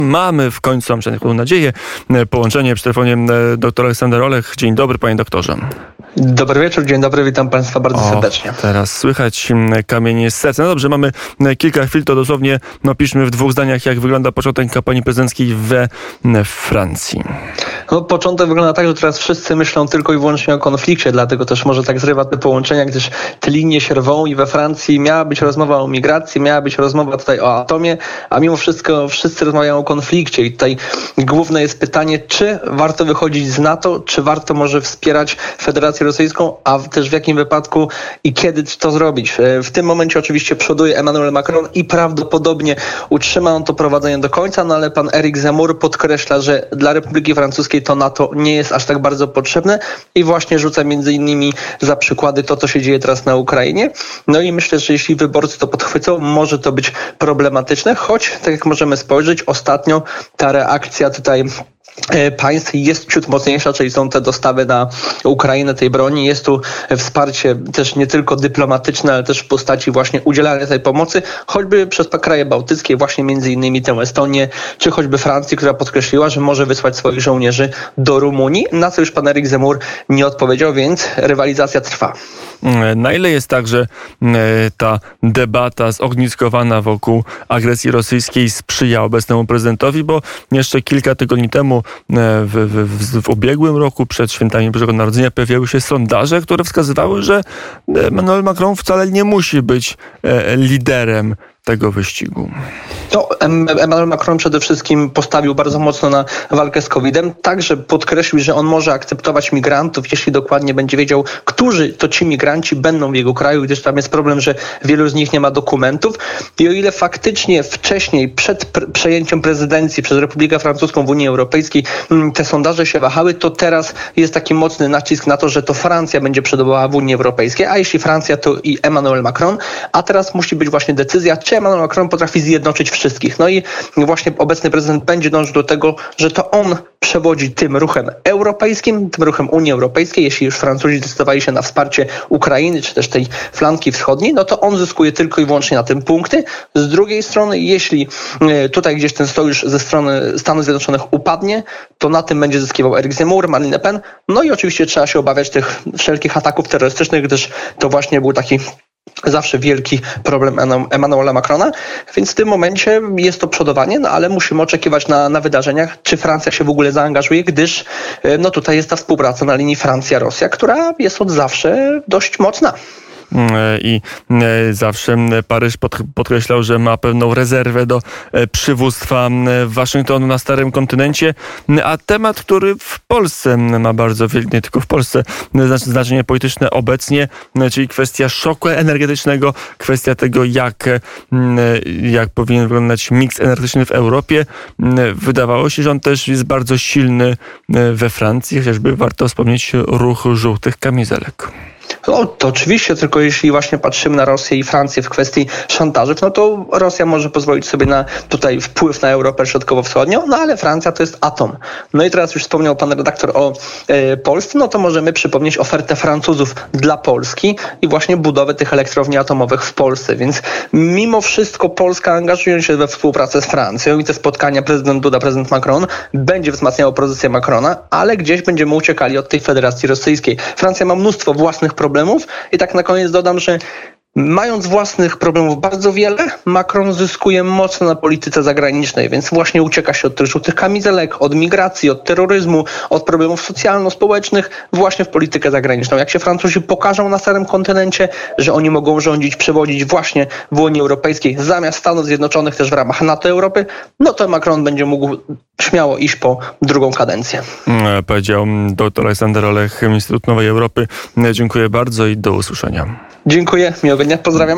Mamy w końcu, mam taką nadzieję, połączenie przy telefonie dr Aleksander Olech. Dzień dobry, panie doktorze. Dobry wieczór, dzień dobry, witam państwa bardzo serdecznie. Teraz słychać kamienie z serca. No dobrze, mamy kilka chwil, to dosłownie piszmy w dwóch zdaniach, jak wygląda początek kampanii prezydenckiej we Francji. No, początek wygląda tak, że teraz wszyscy myślą tylko i wyłącznie o konflikcie, dlatego też może tak zrywa te połączenia, gdyż te linie się rwą i we Francji miała być rozmowa o migracji, miała być rozmowa tutaj o atomie, a mimo wszystko wszyscy rozmawiają o konflikcie i tutaj główne jest pytanie, czy warto wychodzić z NATO, czy warto może wspierać Federację Rosyjską, a też w jakim wypadku i kiedy to zrobić. W tym momencie oczywiście przoduje Emmanuel Macron i prawdopodobnie utrzyma on to prowadzenie do końca, no ale pan Eric Zemmour podkreśla, że dla Republiki Francuskiej to NATO nie jest aż tak bardzo potrzebne i właśnie rzuca między innymi za przykłady to, co się dzieje teraz na Ukrainie. No i myślę, że jeśli wyborcy to podchwycą, może to być problematyczne, choć tak jak możemy spojrzeć, ostatnio ta reakcja tutaj państw jest ciut mocniejsza, czyli są te dostawy na Ukrainę tej broni. Jest tu wsparcie też nie tylko dyplomatyczne, ale też w postaci właśnie udzielania tej pomocy, choćby przez kraje bałtyckie, właśnie między innymi tę Estonię, czy choćby Francji, która podkreśliła, że może wysłać swoich żołnierzy do Rumunii, na co już pan Eric Zemmour nie odpowiedział, więc rywalizacja trwa. Na ile jest tak, że ta debata zogniskowana wokół agresji rosyjskiej sprzyja obecnemu prezydentowi, bo jeszcze kilka tygodni temu w ubiegłym roku przed świętami Bożego Narodzenia pojawiały się sondaże, które wskazywały, że Emmanuel Macron wcale nie musi być liderem tego wyścigu. To Emmanuel Macron przede wszystkim postawił bardzo mocno na walkę z COVID-em. Także podkreślił, że on może akceptować migrantów, jeśli dokładnie będzie wiedział, którzy to ci migranci będą w jego kraju, gdyż tam jest problem, że wielu z nich nie ma dokumentów. I o ile faktycznie wcześniej, przed przejęciem prezydencji przez Republikę Francuską w Unii Europejskiej te sondaże się wahały, to teraz jest taki mocny nacisk na to, że to Francja będzie przodowała w Unii Europejskiej, a jeśli Francja, to i Emmanuel Macron. A teraz musi być właśnie decyzja, czy Emmanuel Macron potrafi zjednoczyć wszystkich. No i właśnie obecny prezydent będzie dążył do tego, że to on przewodzi tym ruchem europejskim, tym ruchem Unii Europejskiej. Jeśli już Francuzi zdecydowali się na wsparcie Ukrainy, czy też tej flanki wschodniej, no to on zyskuje tylko i wyłącznie na tym punkty. Z drugiej strony, jeśli tutaj gdzieś ten sojusz ze strony Stanów Zjednoczonych upadnie, to na tym będzie zyskiwał Eric Zemmour, Marine Le Pen. No i oczywiście trzeba się obawiać tych wszelkich ataków terrorystycznych, gdyż to właśnie był taki zawsze wielki problem Emmanuela Macrona, więc w tym momencie jest to przodowanie, no ale musimy oczekiwać na wydarzeniach, czy Francja się w ogóle zaangażuje, gdyż no tutaj jest ta współpraca na linii Francja-Rosja, która jest od zawsze dość mocna. I zawsze Paryż podkreślał, że ma pewną rezerwę do przywództwa Waszyngtonu na Starym Kontynencie, a temat, który w Polsce ma bardzo wielkie, nie tylko w Polsce, znaczenie polityczne obecnie, czyli kwestia szoku energetycznego, kwestia tego, jak powinien wyglądać miks energetyczny w Europie. Wydawało się, że on też jest bardzo silny we Francji, chociażby warto wspomnieć ruch żółtych kamizelek. No to oczywiście, tylko jeśli właśnie patrzymy na Rosję i Francję w kwestii szantażów, no to Rosja może pozwolić sobie na tutaj wpływ na Europę Środkowo-Wschodnią, no ale Francja to jest atom. No i teraz już wspomniał pan redaktor o Polsce, no to możemy przypomnieć ofertę Francuzów dla Polski i właśnie budowę tych elektrowni atomowych w Polsce, więc mimo wszystko Polska, angażując się we współpracę z Francją i te spotkania prezydent Duda, prezydent Macron, będzie wzmacniało pozycję Macrona, ale gdzieś będziemy uciekali od tej Federacji Rosyjskiej. Francja ma mnóstwo własnych problemów i tak na koniec dodam, że mając własnych problemów bardzo wiele, Macron zyskuje mocno na polityce zagranicznej, więc właśnie ucieka się od tych żółtych kamizelek, od migracji, od terroryzmu, od problemów socjalno-społecznych właśnie w politykę zagraniczną. Jak się Francuzi pokażą na Starym Kontynencie, że oni mogą rządzić, przewodzić właśnie w Unii Europejskiej zamiast Stanów Zjednoczonych też w ramach NATO Europy, no to Macron będzie mógł śmiało iść po drugą kadencję. Powiedział dr Aleksander Olech, Instytut Nowej Europy. Dziękuję bardzo i do usłyszenia. Dziękuję, miłego dnia, pozdrawiam.